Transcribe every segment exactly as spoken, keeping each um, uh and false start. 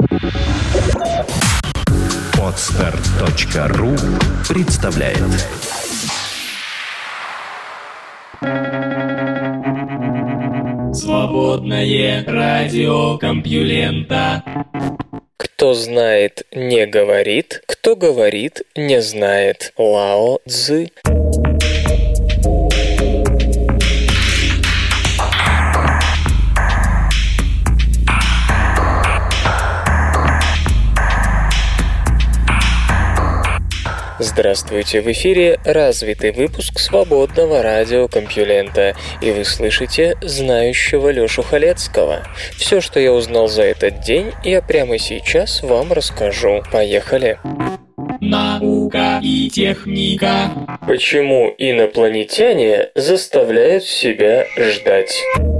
Подстер точка ру представляет. Свободное радио Компьюлента. Кто знает, не говорит, кто говорит, не знает. Лао Цзы. Здравствуйте, в эфире развитый выпуск свободного радио Компьюлента, и вы слышите знающего Лёшу Халецкого. Все, что я узнал за этот день, я прямо сейчас вам расскажу. Поехали! Наука и техника. Почему инопланетяне заставляют себя ждать?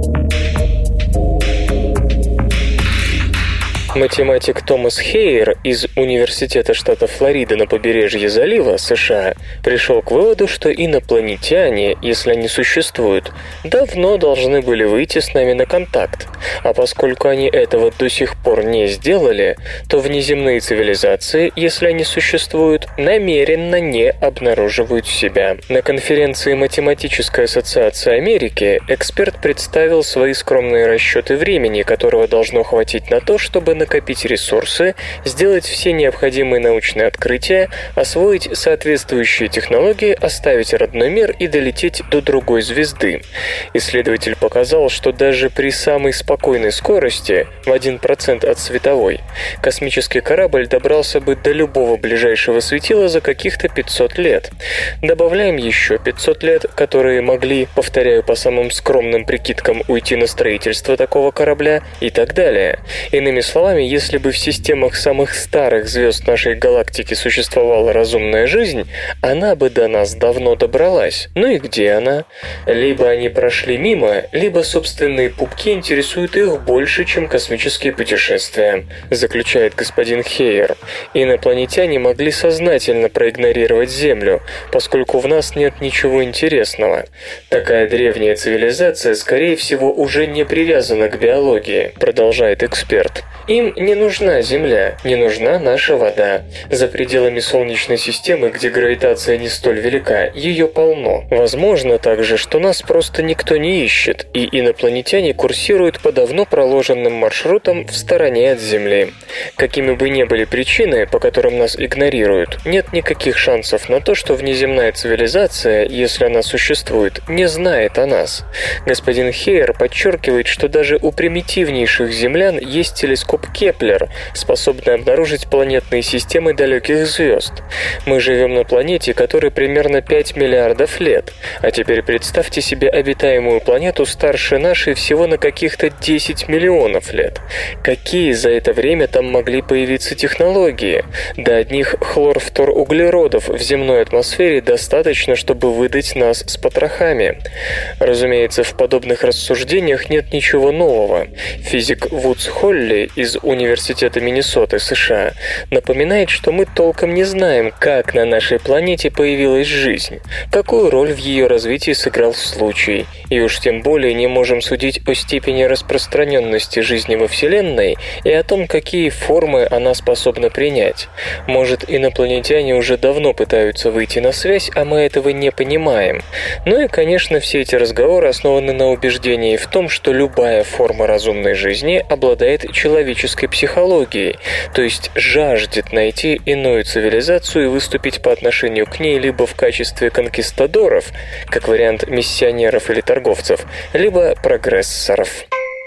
Математик Томас Хейер из Университета штата Флорида на побережье залива, США, пришел к выводу, что инопланетяне, если они существуют, давно должны были выйти с нами на контакт. А поскольку они этого до сих пор не сделали, то внеземные цивилизации, если они существуют, намеренно не обнаруживают себя. На конференции Математической ассоциации Америки эксперт представил свои скромные расчеты времени, которого должно хватить на то, чтобы накопить ресурсы, сделать все необходимые научные открытия, освоить соответствующие технологии, оставить родной мир и долететь до другой звезды. Исследователь показал, что даже при самой спокойной скорости, в один процент от световой, космический корабль добрался бы до любого ближайшего светила за каких-то пятьсот лет. Добавляем еще пятьсот лет, которые могли, повторяю по самым скромным прикидкам, уйти на строительство такого корабля и так далее. Иными словами, если бы в системах самых старых звезд нашей галактики существовала разумная жизнь, она бы до нас давно добралась. Ну и где она? Либо они прошли мимо, либо собственные пупки интересуют их больше, чем космические путешествия, заключает господин Хейер. Инопланетяне могли сознательно проигнорировать Землю, поскольку в нас нет ничего интересного. Такая древняя цивилизация, скорее всего, уже не привязана к биологии, продолжает эксперт. Им не нужна Земля, не нужна наша вода. За пределами Солнечной системы, где гравитация не столь велика, ее полно. Возможно также, что нас просто никто не ищет, и инопланетяне курсируют по давно проложенным маршрутам в стороне от Земли. Какими бы ни были причины, по которым нас игнорируют, нет никаких шансов на то, что внеземная цивилизация, если она существует, не знает о нас. Господин Хейер подчеркивает, что даже у примитивнейших землян есть телескоп Кеплер, способный обнаружить планетные системы далеких звезд. Мы живем на планете, которой примерно пять миллиардов лет, а теперь представьте себе обитаемую планету старше нашей всего на каких-то десять миллионов лет. Какие за это время там могли появиться технологии? До одних хлорфторуглеродов в земной атмосфере достаточно, чтобы выдать нас с потрохами. Разумеется, в подобных рассуждениях нет ничего нового. Физик Вудс Холли из Университета Миннесоты, США, напоминает, что мы толком не знаем, как на нашей планете появилась жизнь, какую роль в ее развитии сыграл случай, и уж тем более не можем судить о степени распространенности жизни во Вселенной и о том, какие формы она способна принять. Может, инопланетяне уже давно пытаются выйти на связь, а мы этого не понимаем. Ну и, конечно, все эти разговоры основаны на убеждении в том, что любая форма разумной жизни обладает человеческой психологией, то есть жаждет найти иную цивилизацию и выступить по отношению к ней либо в качестве конкистадоров, как вариант миссионеров или торговцев, либо прогрессоров.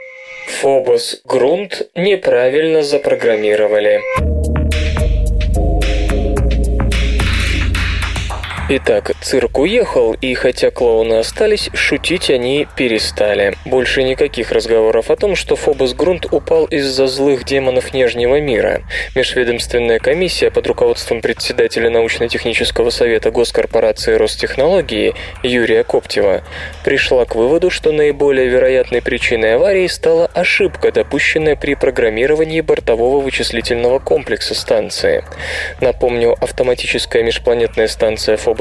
Фобос Грунт неправильно запрограммировали. Итак, цирк уехал, и хотя клоуны остались, шутить они перестали. Больше никаких разговоров о том, что Фобос Грунт упал из-за злых демонов Нижнего мира. Межведомственная комиссия под руководством председателя научно-технического совета госкорпорации Ростехнологии Юрия Коптева пришла к выводу, что наиболее вероятной причиной аварии стала ошибка, допущенная при программировании бортового вычислительного комплекса станции. Напомню, автоматическая межпланетная станция Фобос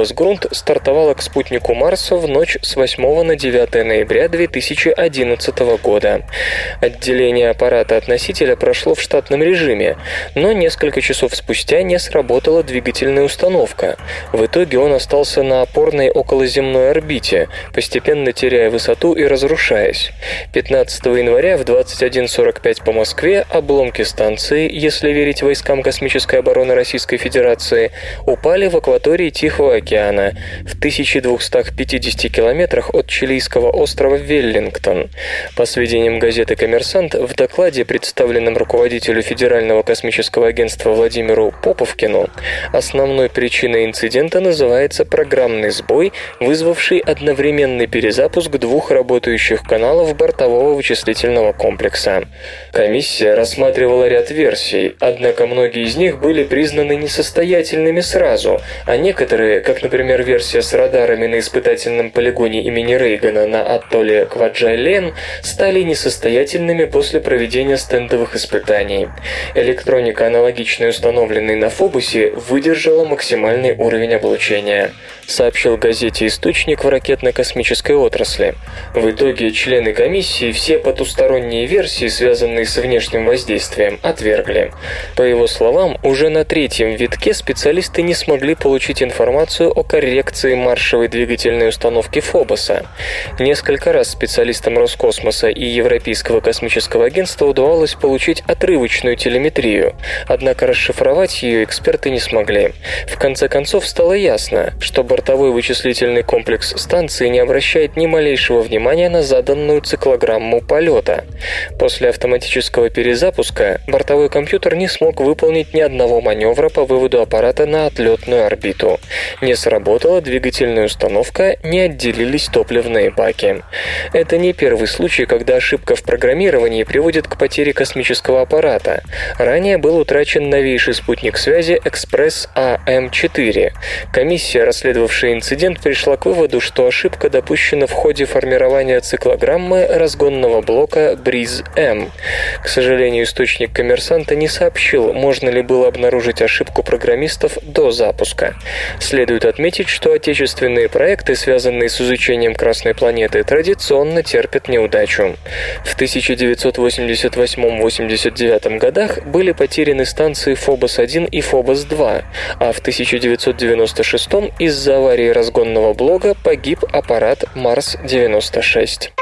«Фобос-Грунт» стартовала к спутнику Марса в ночь с восьмого на девятое ноября две тысячи одиннадцатого года. Отделение аппарата от носителя прошло в штатном режиме, но несколько часов спустя не сработала двигательная установка. В итоге он остался на опорной околоземной орбите, постепенно теряя высоту и разрушаясь. пятнадцатого января в двадцать один сорок пять по Москве обломки станции, если верить войскам космической обороны Российской Федерации, упали в акватории Тихого океана в тысяча двести пятьдесят километрах от чилийского острова Веллингтон. По сведениям газеты «Коммерсант», в докладе, представленном руководителю Федерального космического агентства Владимиру Поповкину, основной причиной инцидента называется программный сбой, вызвавший одновременный перезапуск двух работающих каналов бортового вычислительного комплекса. Комиссия рассматривала ряд версий, однако многие из них были признаны несостоятельными сразу, а некоторые, как, например, версия с радарами на испытательном полигоне имени Рейгана на атолле Кваджален, стали несостоятельными после проведения стендовых испытаний. Электроника, аналогичная установленной на Фобосе, выдержала максимальный уровень облучения, сообщил газете «Источник» в ракетно-космической отрасли. В итоге члены комиссии все потусторонние версии, связанные с внешним воздействием, отвергли. По его словам, уже на третьем витке специалисты не смогли получить информацию о коррекции маршевой двигательной установки Фобоса. Несколько раз специалистам Роскосмоса и Европейского космического агентства удавалось получить отрывочную телеметрию, однако расшифровать ее эксперты не смогли. В конце концов стало ясно, что бортовой вычислительный комплекс станции не обращает ни малейшего внимания на заданную циклограмму полета. После автоматического перезапуска бортовой компьютер не смог выполнить ни одного маневра по выводу аппарата на отлетную орбиту. Не сработала двигательная установка, не отделились топливные баки. Это не первый случай, когда ошибка в программировании приводит к потере космического аппарата. Ранее был утрачен новейший спутник связи «Экспресс А М четыре». Комиссия, расследовавшая инцидент, пришла к выводу, что ошибка допущена в ходе формирования циклограммы разгонного блока бриз-М. К сожалению, источник «Коммерсанта» не сообщил, можно ли было обнаружить ошибку программистов до запуска. Следует отметить, что отечественные проекты, связанные с изучением Красной планеты, традиционно терпят неудачу. В тысяча девятьсот восемьдесят восьмом — восемьдесят девятом годах были потеряны станции Фобос один и Фобос два, а в тысяча девятьсот девяносто шестом из-за аварии разгонного блока погиб аппарат Марс девяносто шесть.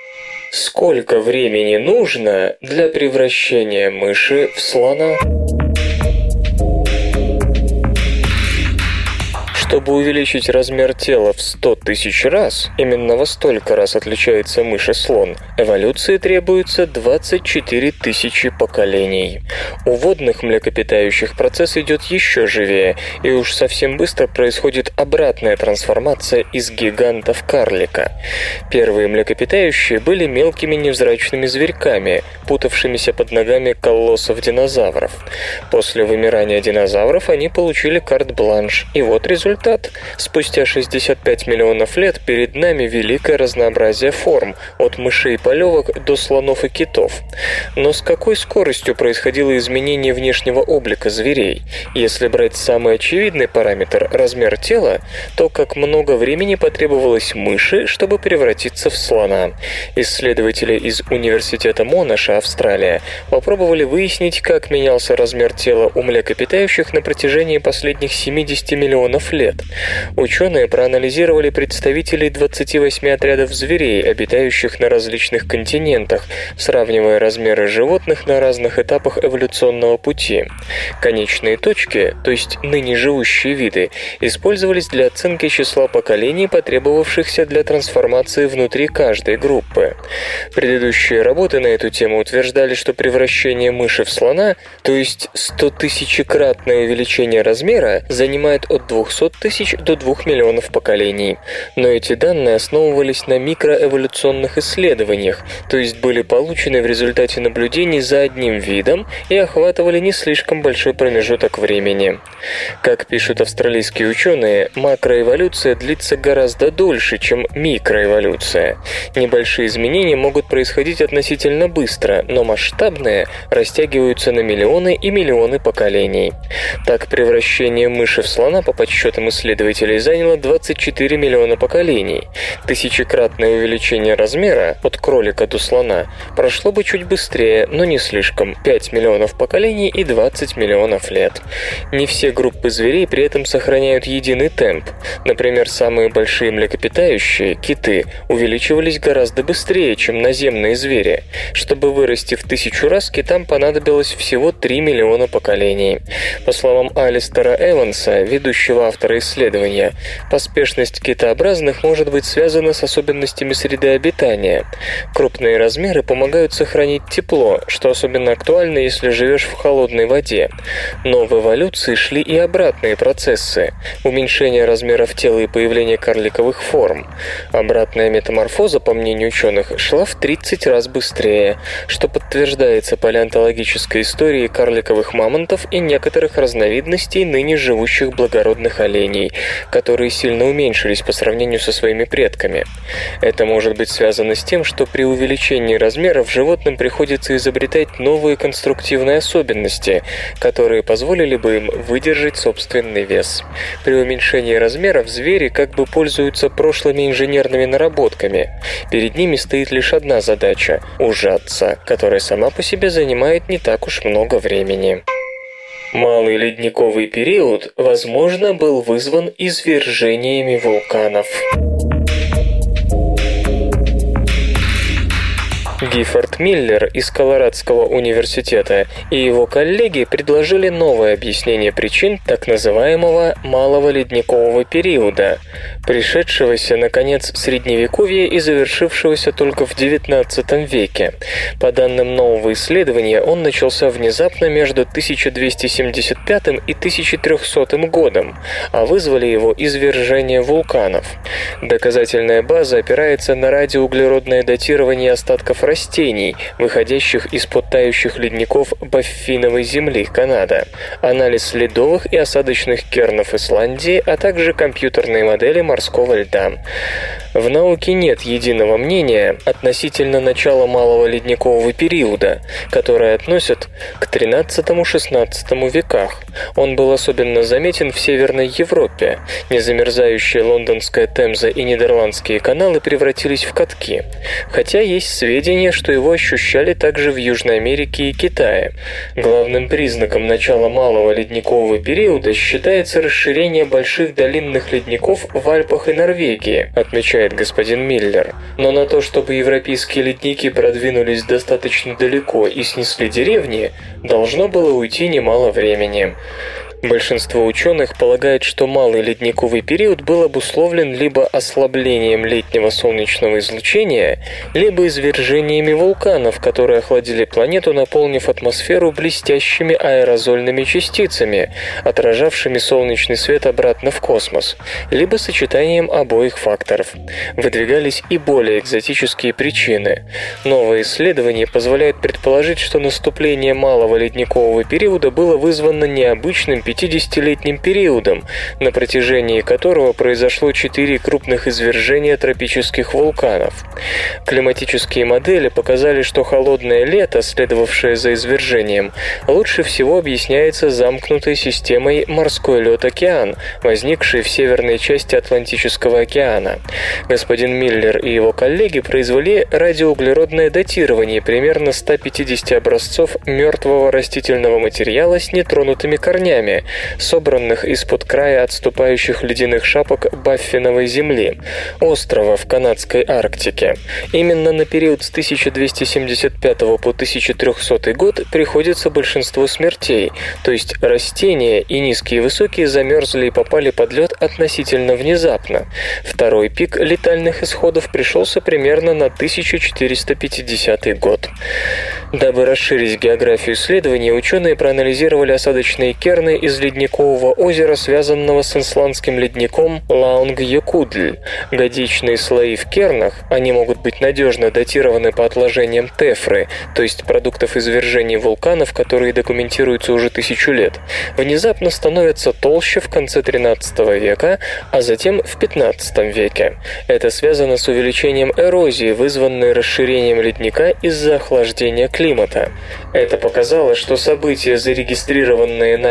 Сколько времени нужно для превращения мыши в слона? Чтобы увеличить размер тела в сто тысяч раз, именно во столько раз отличается мышь-слон, эволюции требуется двадцать четыре тысячи поколений. У водных млекопитающих процесс идет еще живее, и уж совсем быстро происходит обратная трансформация из гиганта в карлика. Первые млекопитающие были мелкими невзрачными зверьками, путавшимися под ногами колоссов-динозавров. После вымирания динозавров они получили карт-бланш, и вот результат. Спустя шестьдесят пять миллионов лет перед нами великое разнообразие форм, от мышей-полевок до слонов и китов. Но с какой скоростью происходило изменение внешнего облика зверей? Если брать самый очевидный параметр – размер тела, то как много времени потребовалось мыши, чтобы превратиться в слона? Исследователи из Университета Монаша, Австралия, попробовали выяснить, как менялся размер тела у млекопитающих на протяжении последних семидесяти миллионов лет. Ученые проанализировали представителей двадцати восьми отрядов зверей, обитающих на различных континентах, сравнивая размеры животных на разных этапах эволюционного пути. Конечные точки, то есть ныне живущие виды, использовались для оценки числа поколений, потребовавшихся для трансформации внутри каждой группы. Предыдущие работы на эту тему утверждали, что превращение мыши в слона, то есть стотысячекратное увеличение размера, занимает от двухсот тысяч до двух миллионов поколений. Но эти данные основывались на микроэволюционных исследованиях, то есть были получены в результате наблюдений за одним видом и охватывали не слишком большой промежуток времени. Как пишут австралийские ученые, макроэволюция длится гораздо дольше, чем микроэволюция. Небольшие изменения могут происходить относительно быстро, но масштабные растягиваются на миллионы и миллионы поколений. Так, превращение мыши в слона, по подсчетам словам исследователей, заняло двадцать четыре миллиона поколений. Тысячекратное увеличение размера от кролика до слона прошло бы чуть быстрее, но не слишком – пять миллионов поколений и двадцать миллионов лет. Не все группы зверей при этом сохраняют единый темп. Например, самые большие млекопитающие, киты, увеличивались гораздо быстрее, чем наземные звери. Чтобы вырасти в тысячу раз, китам понадобилось всего три миллиона поколений. По словам Алистера Эванса, ведущего автора исследования, поспешность китообразных может быть связана с особенностями среды обитания. Крупные размеры помогают сохранить тепло, что особенно актуально, если живешь в холодной воде. Но в эволюции шли и обратные процессы – уменьшение размеров тела и появление карликовых форм. Обратная метаморфоза, по мнению ученых, шла в тридцать раз быстрее, что подтверждается палеонтологической историей карликовых мамонтов и некоторых разновидностей ныне живущих благородных оленей, которые сильно уменьшились по сравнению со своими предками. Это может быть связано с тем, что при увеличении размеров животным приходится изобретать новые конструктивные особенности, которые позволили бы им выдержать собственный вес. При уменьшении размеров звери как бы пользуются прошлыми инженерными наработками. Перед ними стоит лишь одна задача – ужаться, которая сама по себе занимает не так уж много времени. Малый ледниковый период, возможно, был вызван извержениями вулканов. Гиффорд Миллер из Колорадского университета и его коллеги предложили новое объяснение причин так называемого малого ледникового периода, пришедшегося на конец Средневековья и завершившегося только в девятнадцатом веке. По данным нового исследования, он начался внезапно между тысяча двести семьдесят пятым и тысяча трехсотым годом, а вызвали его извержения вулканов. Доказательная база опирается на радиоуглеродное датирование остатков растений, выходящих из-под тающих ледников Баффиновой земли, Канада, анализ ледовых и осадочных кернов Исландии, а также компьютерные модели морского льда. В науке нет единого мнения относительно начала малого ледникового периода, которое относят к тринадцатому-шестнадцатому веках. Он был особенно заметен в Северной Европе. Незамерзающая лондонская Темза и нидерландские каналы превратились в катки. Хотя есть сведения, что его ощущали также в Южной Америке и Китае. Главным признаком начала малого ледникового периода считается расширение больших долинных ледников в Альпах и Норвегии, отмечает господин Миллер. Но на то, чтобы европейские ледники продвинулись достаточно далеко и снесли деревни, должно было уйти немало времени. Большинство ученых полагает, что малый ледниковый период был обусловлен либо ослаблением летнего солнечного излучения, либо извержениями вулканов, которые охладили планету, наполнив атмосферу блестящими аэрозольными частицами, отражавшими солнечный свет обратно в космос, либо сочетанием обоих факторов. Выдвигались и более экзотические причины. Новое исследование позволяет предположить, что наступление малого ледникового периода было вызвано необычным пятидесятилетним периодом, на протяжении которого произошло четыре крупных извержения тропических вулканов. Климатические модели показали, что холодное лето, следовавшее за извержением, лучше всего объясняется замкнутой системой морской лед-океан, возникшей в северной части Атлантического океана. Господин Миллер и его коллеги произвели радиоуглеродное датирование примерно ста пятидесяти образцов мертвого растительного материала с нетронутыми корнями, собранных из-под края отступающих ледяных шапок Баффиновой земли, острова в канадской Арктике. Именно на период с тысяча двести семьдесят пятого по тысяча трехсотый год приходится большинство смертей, то есть растения и низкие и высокие замерзли и попали под лед относительно внезапно. Второй пик летальных исходов пришелся примерно на тысяча четыреста пятидесятый год. Дабы расширить географию исследований, ученые проанализировали осадочные керны из ледникового озера, связанного с исландским ледником Лаунг-Jökull. Годичные слои в кернах, они могут быть надежно датированы по отложениям тефры, то есть продуктов извержений вулканов, которые документируются уже тысячу лет, внезапно становятся толще в конце тринадцатого века, а затем в пятнадцатом веке. Это связано с увеличением эрозии, вызванной расширением ледника из-за охлаждения климата. Это показало, что события, зарегистрированные нами на базе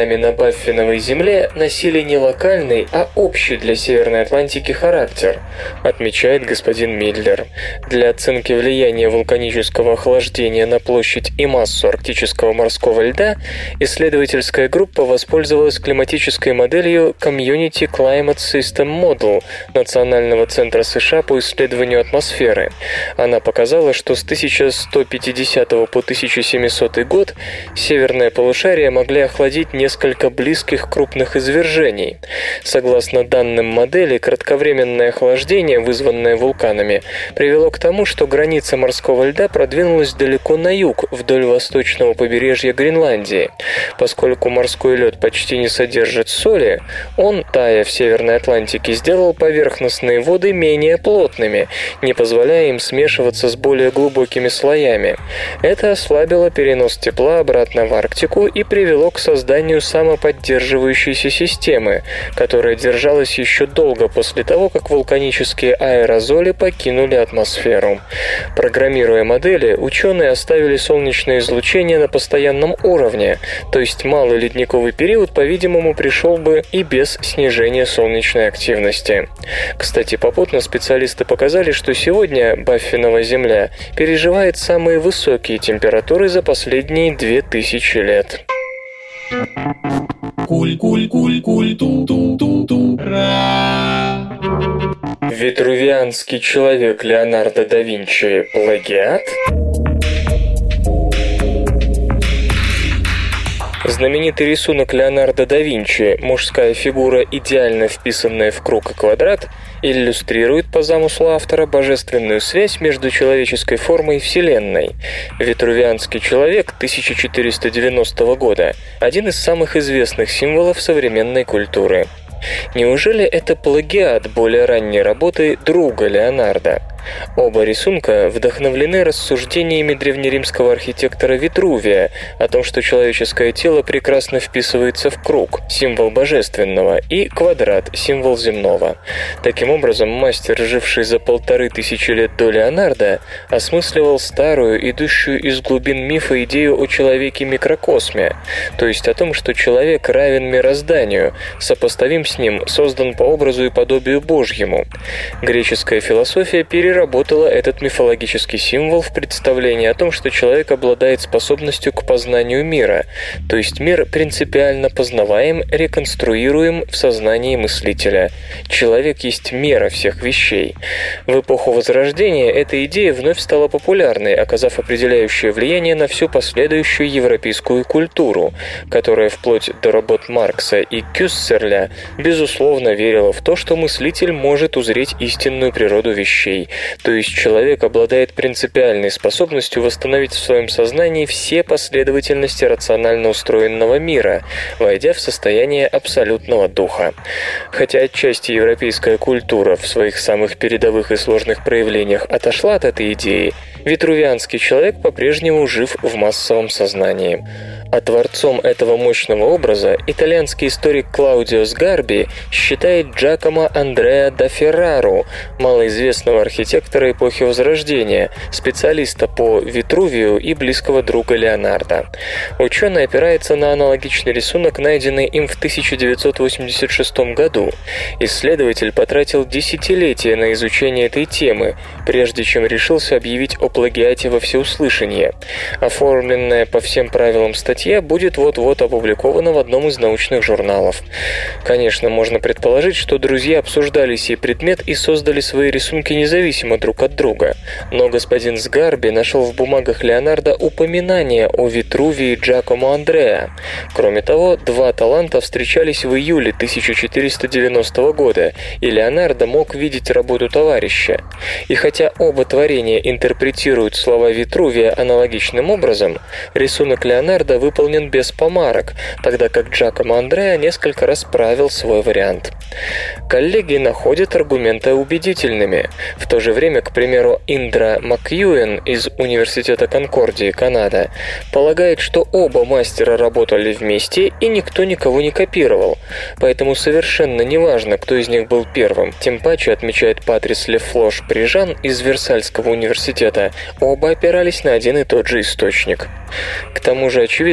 Баффиновой Земле носили не локальный, а общий для Северной Атлантики характер, отмечает господин Миллер. Для оценки влияния вулканического охлаждения на площадь и массу арктического морского льда исследовательская группа воспользовалась климатической моделью Community Climate System Model Национального центра США по исследованию атмосферы. Она показала, что с тысяча сто пятидесятого по тысяча семисотый год северное полушарие могли охладить несколько близких крупных извержений. Согласно данным модели, кратковременное охлаждение, вызванное вулканами, привело к тому, что граница морского льда продвинулась далеко на юг, вдоль восточного побережья Гренландии. Поскольку морской лед почти не содержит соли, он, тая в Северной Атлантике, сделал поверхностные воды менее плотными, не позволяя им смешиваться с более глубокими слоями. Это ослабило перенос тепла обратно в Арктику и привело к созданию самоподдерживающейся системы, которая держалась еще долго после того, как вулканические аэрозоли покинули атмосферу. Программируя модели, ученые оставили солнечное излучение на постоянном уровне, то есть малый ледниковый период, по-видимому, пришел бы и без снижения солнечной активности. Кстати, попутно специалисты показали, что сегодня Баффинова Земля переживает самые высокие температуры за последние две тысячи лет. Куль-куль-куль-куль-ту-ту-ту-ра. Витрувианский человек Леонардо да Винчи – плагиат? Знаменитый рисунок Леонардо да Винчи «Мужская фигура, идеально вписанная в круг и квадрат» иллюстрирует по замыслу автора божественную связь между человеческой формой и Вселенной. Витрувианский человек тысяча четыреста девяностого года – один из самых известных символов современной культуры. Неужели это плагиат более ранней работы друга Леонардо? Оба рисунка вдохновлены рассуждениями древнеримского архитектора Витрувия о том, что человеческое тело прекрасно вписывается в круг, символ божественного, и квадрат, символ земного. Таким образом, мастер, живший за полторы тысячи лет до Леонардо, осмысливал старую, идущую из глубин мифа идею о человеке-микрокосме, то есть о том, что человек равен мирозданию, сопоставим с ним, создан по образу и подобию Божьему. Греческая философия переработала работала этот мифологический символ в представлении о том, что человек обладает способностью к познанию мира, то есть мир принципиально познаваем, реконструируем в сознании мыслителя. Человек есть мера всех вещей. В эпоху Возрождения эта идея вновь стала популярной, оказав определяющее влияние на всю последующую европейскую культуру, которая вплоть до работ Маркса и Кюссерля безусловно верила в то, что мыслитель может узреть истинную природу вещей, то есть человек обладает принципиальной способностью восстановить в своем сознании все последовательности рационально устроенного мира, войдя в состояние абсолютного духа. Хотя отчасти европейская культура в своих самых передовых и сложных проявлениях отошла от этой идеи, витрувианский человек по-прежнему жив в массовом сознании. А творцом этого мощного образа итальянский историк Клаудио Сгарби считает Джакомо Андреа да Феррару, малоизвестного архитектора эпохи Возрождения, специалиста по Витрувию и близкого друга Леонардо. Ученый опирается на аналогичный рисунок, найденный им в тысяча девятьсот восемьдесят шестом году. Исследователь потратил десятилетия на изучение этой темы, прежде чем решился объявить о плагиате во всеуслышание. Оформленная по всем правилам статья будет вот-вот опубликована в одном из научных журналов. Конечно, можно предположить, что друзья обсуждали сей предмет и создали свои рисунки независимо друг от друга, но господин Сгарби нашел в бумагах Леонардо упоминание о Витрувии Джакомо Андреа. Кроме того, два таланта встречались в июле тысяча четыреста девяностого года, и Леонардо мог видеть работу товарища. И хотя оба творения интерпретируют слова Витрувия аналогичным образом, рисунок Леонардо выполнен без помарок, тогда как Джакомо Андреа несколько раз правил свой вариант. Коллеги находят аргументы убедительными. В то же время, к примеру, Индра Макьюэн из Университета Конкордии, Канада, полагает, что оба мастера работали вместе и никто никого не копировал, поэтому совершенно неважно, кто из них был первым. Тем паче, отмечает Патрис Лефлош-Прижан из Версальского университета, оба опирались на один и тот же источник. К тому же очевидно,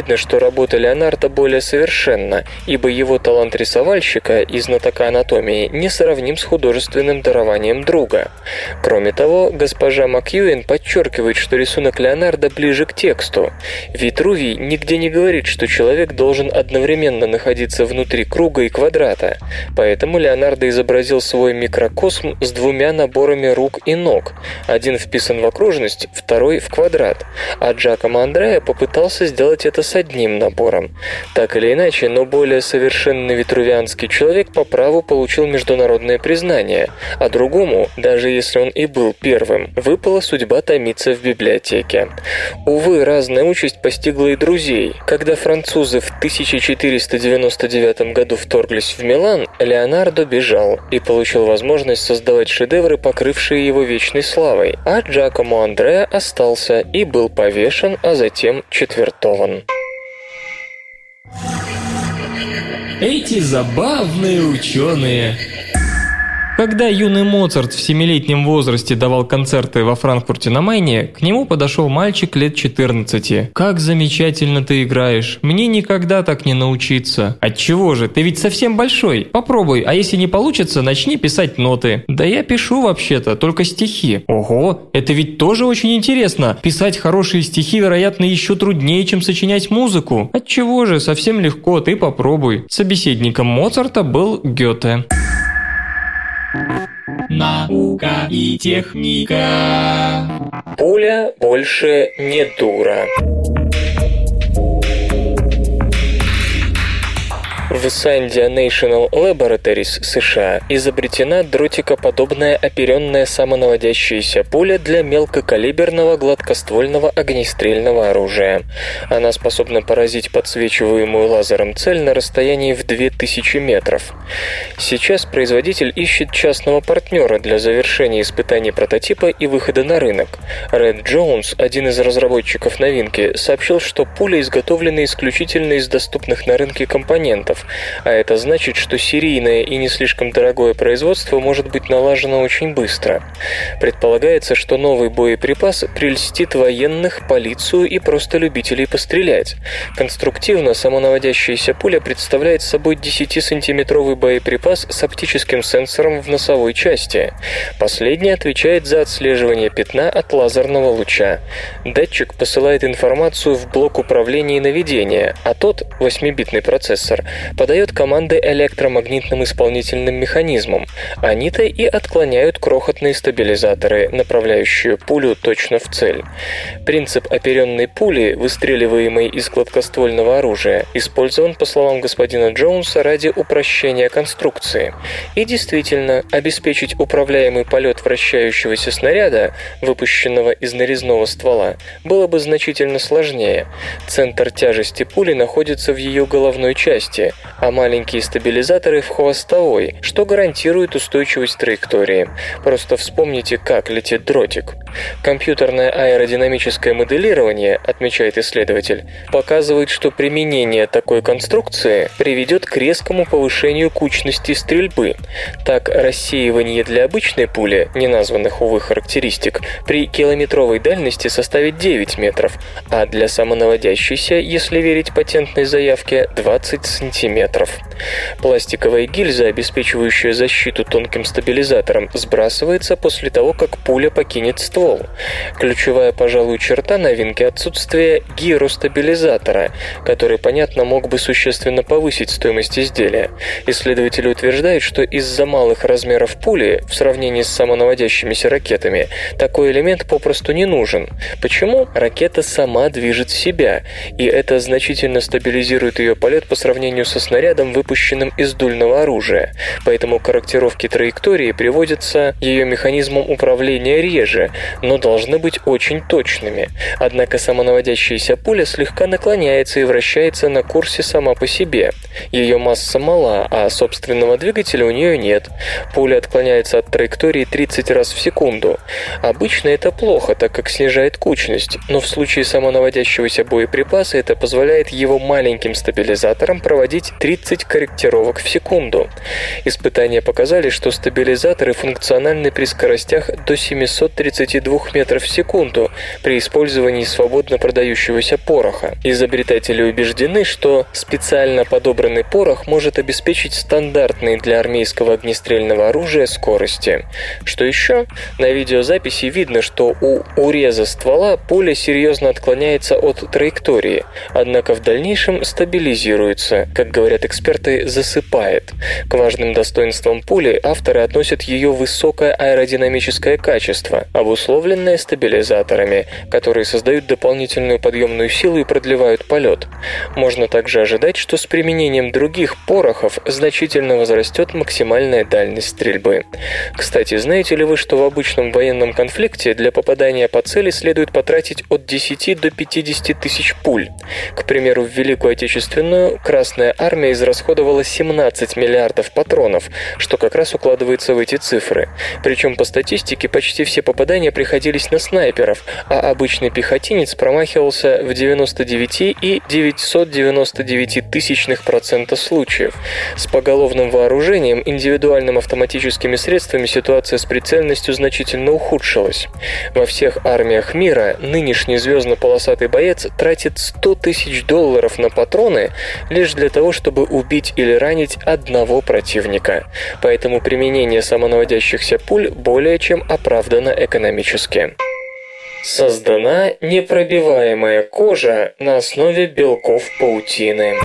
очевидно, что работа Леонардо более совершенна, ибо его талант рисовальщика и знатока анатомии несравним с художественным дарованием друга. Кроме того, госпожа Макьюин подчеркивает, что рисунок Леонардо ближе к тексту. Витрувий нигде не говорит, что человек должен одновременно находиться внутри круга и квадрата, поэтому Леонардо изобразил свой микрокосм с двумя наборами рук и ног. Один вписан в окружность, второй в квадрат, а Джакомо Андреа попытался сделать это с одним набором. Так или иначе, но более совершенный витрувианский человек по праву получил международное признание, а другому, даже если он и был первым, выпала судьба томиться в библиотеке. Увы, разная участь постигла и друзей. Когда французы в тысяча четыреста девяносто девятом году вторглись в Милан, Леонардо бежал и получил возможность создавать шедевры, покрывшие его вечной славой, а Джакомо Андреа остался и был повешен, а затем четвертован. Эти забавные ученые. Когда юный Моцарт в семилетнем возрасте давал концерты во Франкфурте на Майне, к нему подошел мальчик лет четырнадцати. «Как замечательно ты играешь! Мне никогда так не научиться!» «Отчего же? Ты ведь совсем большой! Попробуй, а если не получится, начни писать ноты!» «Да я пишу вообще-то, только стихи!» «Ого! Это ведь тоже очень интересно! Писать хорошие стихи, вероятно, еще труднее, чем сочинять музыку!» «Отчего же? Совсем легко, ты попробуй!» Собеседником Моцарта был Гёте. Наука и техника. Пуля больше не дура. В Sandia National Laboratories, США, изобретена дротикоподобная оперенная самонаводящаяся пуля для мелкокалиберного гладкоствольного огнестрельного оружия. Она способна поразить подсвечиваемую лазером цель на расстоянии в две тысячи метров. Сейчас производитель ищет частного партнера для завершения испытаний прототипа и выхода на рынок. Ред Джонс, один из разработчиков новинки, сообщил, что пуля изготовлена исключительно из доступных на рынке компонентов, а это значит, что серийное и не слишком дорогое производство может быть налажено очень быстро. Предполагается, что новый боеприпас прельстит военных, полицию и просто любителей пострелять. Конструктивно самонаводящаяся пуля представляет собой десятисантиметровый боеприпас с оптическим сенсором в носовой части. Последний отвечает за отслеживание пятна от лазерного луча. Датчик посылает информацию в блок управления и наведения, а тот, восьмибитный процессор, подает команды электромагнитным исполнительным механизмам. Они-то и отклоняют крохотные стабилизаторы, направляющие пулю точно в цель. Принцип оперенной пули, выстреливаемой из гладкоствольного оружия, использован, по словам господина Джонса, ради упрощения конструкции. И действительно, обеспечить управляемый полет вращающегося снаряда, выпущенного из нарезного ствола, было бы значительно сложнее. Центр тяжести пули находится в ее головной части, а маленькие стабилизаторы в хвостовой, что гарантирует устойчивость траектории. Просто вспомните, как летит дротик. Компьютерное аэродинамическое моделирование, отмечает исследователь, показывает, что применение такой конструкции приведет к резкому повышению кучности стрельбы. Так, рассеивание для обычной пули, не названных, увы, характеристик, при километровой дальности составит девять метров, а для самонаводящейся, если верить патентной заявке, двадцать сантиметров. Пластиковая гильза, обеспечивающая защиту тонким стабилизатором, сбрасывается после того, как пуля покинет ствол. Ключевая, пожалуй, черта новинки — отсутствие гиростабилизатора, который, понятно, мог бы существенно повысить стоимость изделия. Исследователи утверждают, что из-за малых размеров пули, в сравнении с самонаводящимися ракетами, такой элемент попросту не нужен. Почему? Ракета сама движет себя, и это значительно стабилизирует ее полет по сравнению со снарядом, выпущенным из дульного оружия. Поэтому корректировки траектории приводятся ее механизмом управления реже, но должны быть очень точными. Однако самонаводящаяся пуля слегка наклоняется и вращается на курсе сама по себе. Ее масса мала, а собственного двигателя у нее нет. Пуля отклоняется от траектории тридцать раз в секунду. Обычно это плохо, так как снижает кучность, но в случае самонаводящегося боеприпаса это позволяет его маленьким стабилизаторам проводить тридцать корректировок в секунду. Испытания показали, что стабилизаторы функциональны при скоростях до семьсот тридцать два метров в секунду при использовании свободно продающегося пороха. Изобретатели убеждены, что специально подобранный порох может обеспечить стандартные для армейского огнестрельного оружия скорости. Что еще? На видеозаписи видно, что у уреза ствола пуля серьезно отклоняется от траектории, однако в дальнейшем стабилизируется, как говорят эксперты, засыпает. К важным достоинствам пули авторы относят ее высокое аэродинамическое качество, обусловленное стабилизаторами, которые создают дополнительную подъемную силу и продлевают полет. Можно также ожидать, что с применением других порохов значительно возрастет максимальная дальность стрельбы. Кстати, знаете ли вы, что в обычном военном конфликте для попадания по цели следует потратить от десяти до пятидесяти тысяч пуль? К примеру, в Великую Отечественную Красная Армия израсходовала семнадцать миллиардов патронов, что как раз укладывается в эти цифры. Причем по статистике почти все попадания приходились на снайперов, а обычный пехотинец промахивался в девяносто девять целых девятьсот девяносто девять тысячных процента случаев. С поголовным вооружением, индивидуальным автоматическими средствами ситуация с прицельностью значительно ухудшилась. Во всех армиях мира нынешний звездно-полосатый боец тратит сто тысяч долларов на патроны лишь для того, чтобы убить или ранить одного противника. Поэтому применение самонаводящихся пуль более чем оправдано экономически. Создана непробиваемая кожа на основе белков паутины.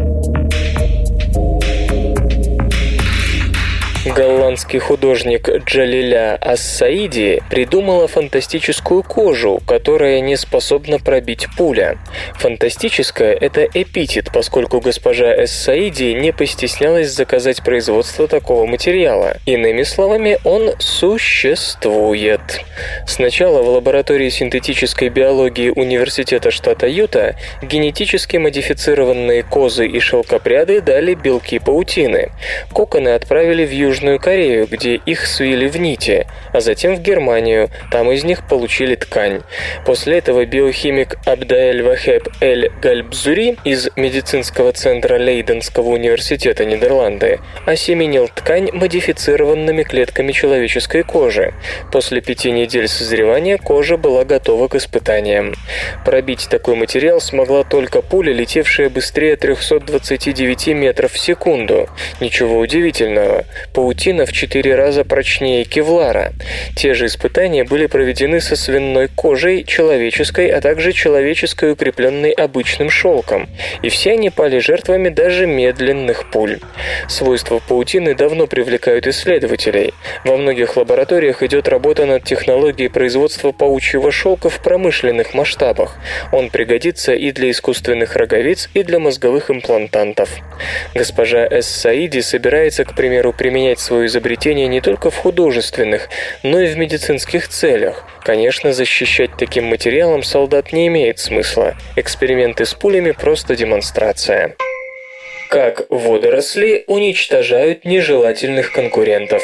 Голландский художник Джалиля Ас-Саиди придумала фантастическую кожу, которая не способна пробить пуля. Фантастическая – это эпитет, поскольку госпожа Ас-Саиди не постеснялась заказать производство такого материала. Иными словами, он существует. Сначала в лаборатории синтетической биологии Университета штата Юта генетически модифицированные козы и шелкопряды дали белки паутины. Коконы отправили в Южную Корею, где их свили в нити, а затем в Германию, там из них получили ткань. После этого биохимик Абдаэль Вахеб Эль Гальбзури из медицинского центра Лейденского университета Нидерланды осеменил ткань модифицированными клетками человеческой кожи. После пяти недель созревания кожа была готова к испытаниям. Пробить такой материал смогла только пуля, летевшая быстрее трехсот двадцати девяти метров в секунду. Ничего удивительного. Паутина в четыре раза прочнее кевлара. Те же испытания были проведены со свиной кожей, человеческой, а также человеческой, укрепленной обычным шелком. И все они пали жертвами даже медленных пуль. Свойства паутины давно привлекают исследователей. Во многих лабораториях идет работа над технологией производства паучьего шелка в промышленных масштабах. Он пригодится и для искусственных роговиц, и для мозговых имплантантов. Госпожа Эс-Саиди собирается, к примеру, применять свое изобретение не только в художественных, но и в медицинских целях. Конечно, защищать таким материалом солдат не имеет смысла. Эксперименты с пулями – просто демонстрация. Как водоросли уничтожают нежелательных конкурентов.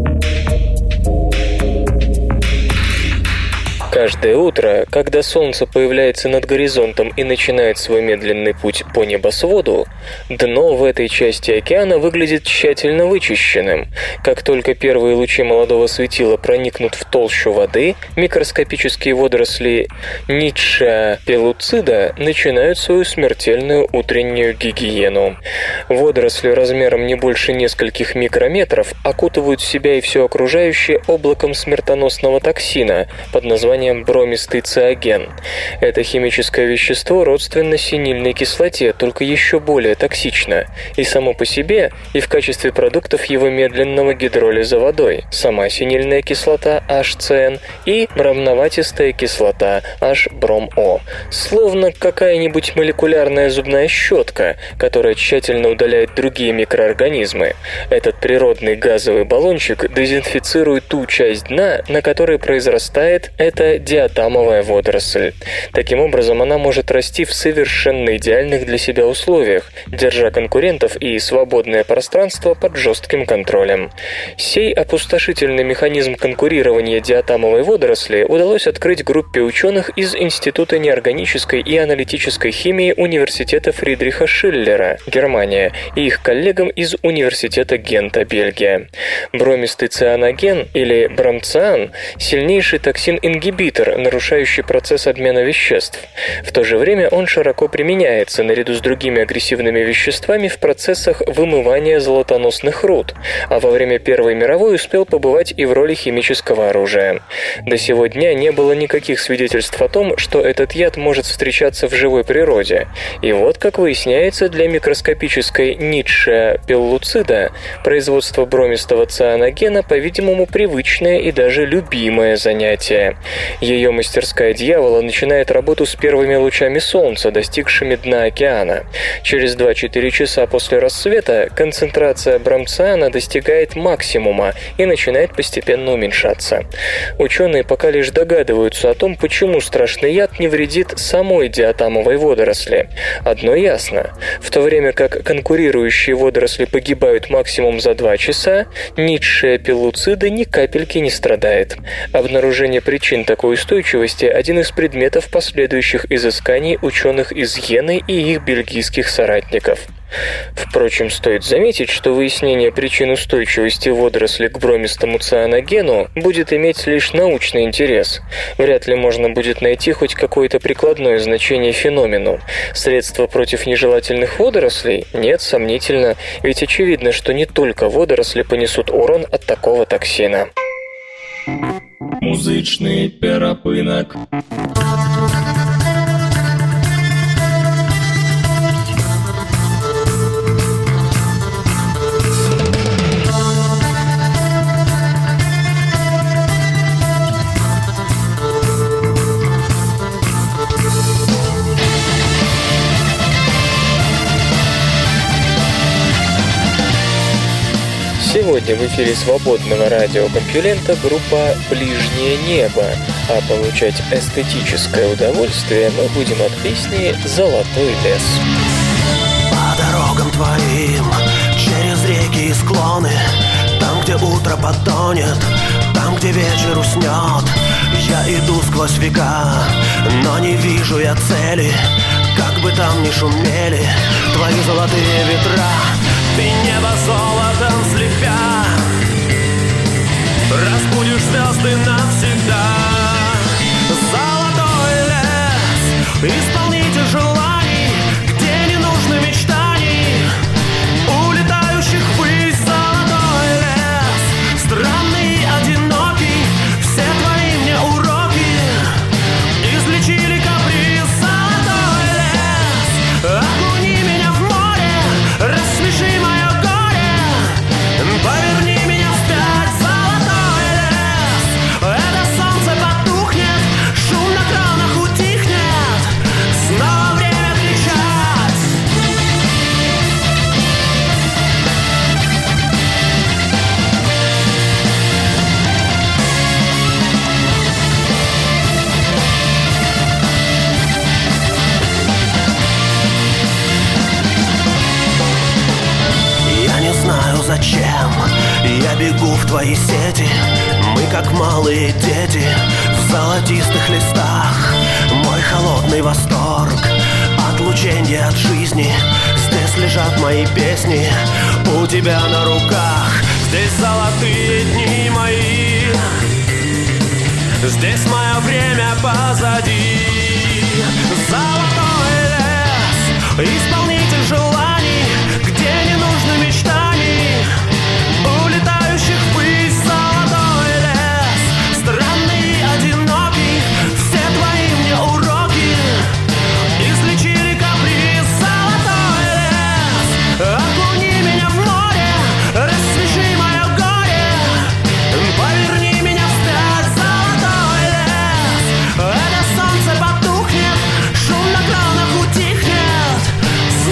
Каждое утро, когда солнце появляется над горизонтом и начинает свой медленный путь по небосводу, дно в этой части океана выглядит тщательно вычищенным. Как только первые лучи молодого светила проникнут в толщу воды, микроскопические водоросли Нитша пелуцида начинают свою смертельную утреннюю гигиену. Водоросли размером не больше нескольких микрометров окутывают себя и все окружающее облаком смертоносного токсина под названием бромистый циаген. Это химическое вещество родственно синильной кислоте, только еще более токсично. И само по себе, и в качестве продуктов его медленного гидролиза водой. Сама синильная кислота эйч си эн и равноватистая кислота H-бром-О. Словно какая-нибудь молекулярная зубная щетка, которая тщательно удаляет другие микроорганизмы. Этот природный газовый баллончик дезинфицирует ту часть дна, на которой произрастает это диатамовая водоросль. Таким образом, она может расти в совершенно идеальных для себя условиях, держа конкурентов и свободное пространство под жестким контролем. Сей опустошительный механизм конкурирования диатамовой водоросли удалось открыть группе ученых из Института неорганической и аналитической химии Университета Фридриха Шиллера, Германия, и их коллегам из Университета Гента, Бельгия. Бромистый цианоген, или бромциан, сильнейший токсин-ингибитор, нарушающий процесс обмена веществ. В то же время он широко применяется наряду с другими агрессивными веществами в процессах вымывания золотоносных руд, а во время Первой мировой успел побывать и в роли химического оружия. До сего дня не было никаких свидетельств о том, что этот яд может встречаться в живой природе. И вот, как выясняется, для микроскопической нитшия пеллуцида производство бромистого цианогена, по-видимому, привычное и даже любимое занятие. Ее мастерская дьявола начинает работу с первыми лучами солнца, достигшими дна океана. Через два-четыре часа после рассвета концентрация бромциана достигает максимума и начинает постепенно уменьшаться. Ученые пока лишь догадываются о том, почему страшный яд не вредит самой диатамовой водоросли. Одно ясно. В то время как конкурирующие водоросли погибают максимум за два часа, нитшия пеллуцида ни капельки не страдает. Обнаружение причин такой устойчивости – один из предметов последующих изысканий ученых из Йены и их бельгийских соратников. Впрочем, стоит заметить, что выяснение причин устойчивости водоросли к бромистому цианогену будет иметь лишь научный интерес. Вряд ли можно будет найти хоть какое-то прикладное значение феномену. Средства против нежелательных водорослей? Нет, сомнительно, ведь очевидно, что не только водоросли понесут урон от такого токсина. Музичний перепинок. Сегодня в эфире свободного радиокомпьюлента группа «Ближнее небо», а получать эстетическое удовольствие мы будем от песни «Золотой лес». По дорогам твоим, через реки и склоны, там, где утро потонет, там, где вечер уснет, я иду сквозь века, но не вижу я цели, как бы там ни шумели твои золотые ветра. Ты небо золотом слепя, разбудишь звезды навсегда. Золотой лес, исполнитель желаний, где не нужно мечтаний, улетающих ввысь. Золотой лес, странный и одинокий, все твои мне уроки излечили каприз. Золотой лес, окуни меня в море, рассмеши мое горе, поверни меня вспять. Золотой лес, это солнце потухнет, шум на кранах утихнет, снова время кричать. Я не знаю зачем я бегу в твои сети. Мы как малые дети в золотистых листах. Мой холодный восторг, отлученье от жизни. Здесь лежат мои песни у тебя на руках. Здесь золотые дни мои, здесь мое время позади. Золотой лес, исполнитель желаний, где не нужно мечтаний, улетающих ввысь. Золотой лес, странный и одинокий, все твои мне уроки излечили каприз. Золотой лес, окуни меня в море, рассмеши мое горе, поверни меня вспять. Золотой лес, это солнце потухнет, шум на кранах утихнет,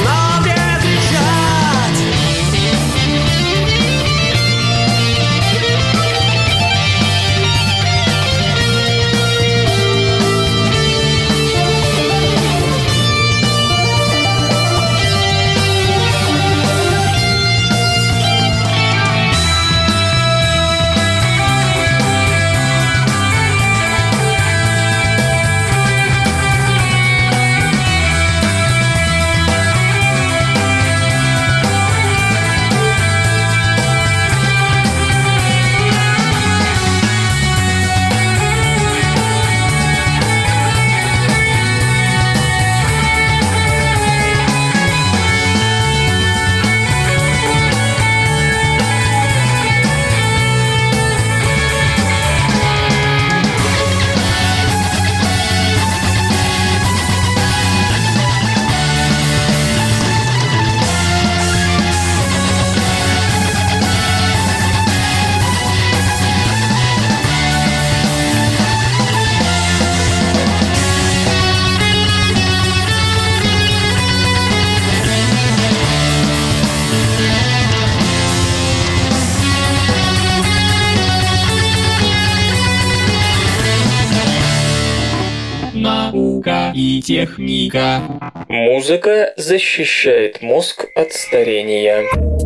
и техника. Музыка защищает мозг от старения.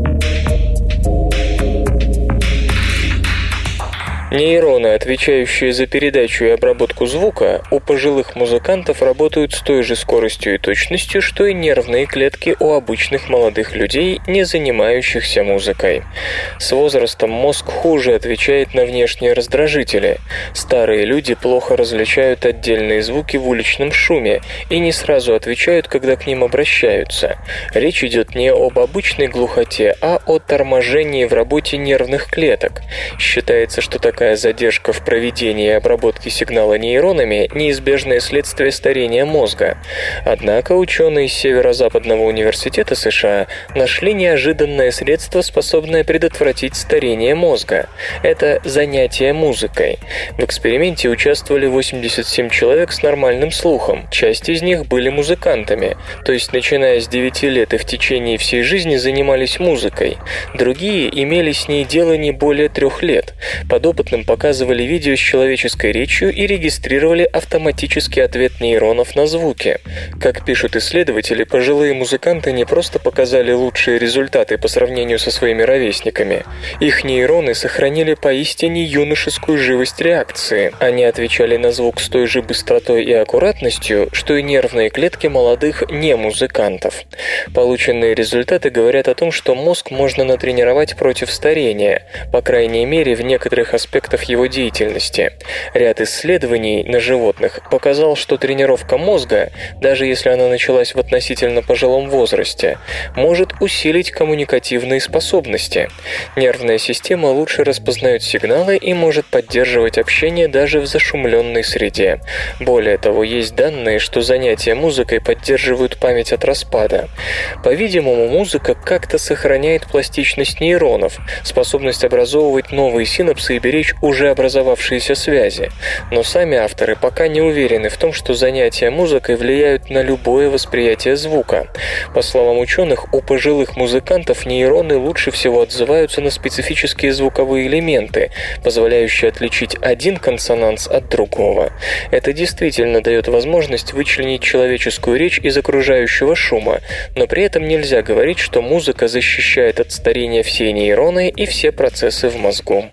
Нейроны, отвечающие за передачу и обработку звука, у пожилых музыкантов работают с той же скоростью и точностью, что и нервные клетки у обычных молодых людей, не занимающихся музыкой. С возрастом мозг хуже отвечает на внешние раздражители. Старые люди плохо различают отдельные звуки в уличном шуме и не сразу отвечают, когда к ним обращаются. Речь идет не об обычной глухоте, а о торможении в работе нервных клеток. Считается, что такая задержка в проведении и обработке сигнала нейронами – неизбежное следствие старения мозга. Однако ученые из Северо-Западного университета США нашли неожиданное средство, способное предотвратить старение мозга. Это занятие музыкой. В эксперименте участвовали восемьдесят семь человек с нормальным слухом. Часть из них были музыкантами, то есть начиная с девяти лет и в течение всей жизни занимались музыкой. Другие имели с ней дело не более трех лет. Подопытным показывали видео с человеческой речью и регистрировали автоматический ответ нейронов на звуки. Как пишут исследователи, пожилые музыканты не просто показали лучшие результаты по сравнению со своими ровесниками. Их нейроны сохранили поистине юношескую живость реакции. Они отвечали на звук с той же быстротой и аккуратностью, что и нервные клетки молодых не-музыкантов. Полученные результаты говорят о том, что мозг можно натренировать против старения, по крайней мере, в некоторых аспектах его деятельности. Ряд исследований на животных показал, что тренировка мозга, даже если она началась в относительно пожилом возрасте, может усилить коммуникативные способности. Нервная система лучше распознает сигналы и может поддерживать общение даже в зашумленной среде. Более того, есть данные, что занятия музыкой поддерживают память от распада. По-видимому, музыка как-то сохраняет пластичность нейронов, способность образовывать новые синапсы и беречь уже образовавшиеся связи. Но сами авторы пока не уверены в том, что занятия музыкой влияют на любое восприятие звука. По словам ученых, у пожилых музыкантов нейроны лучше всего отзываются на специфические звуковые элементы, позволяющие отличить один консонанс от другого. Это действительно дает возможность вычленить человеческую речь из окружающего шума, но при этом нельзя говорить, что музыка защищает от старения все нейроны и все процессы в мозгу.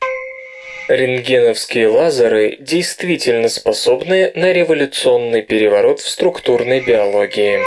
Рентгеновские лазеры действительно способны на революционный переворот в структурной биологии.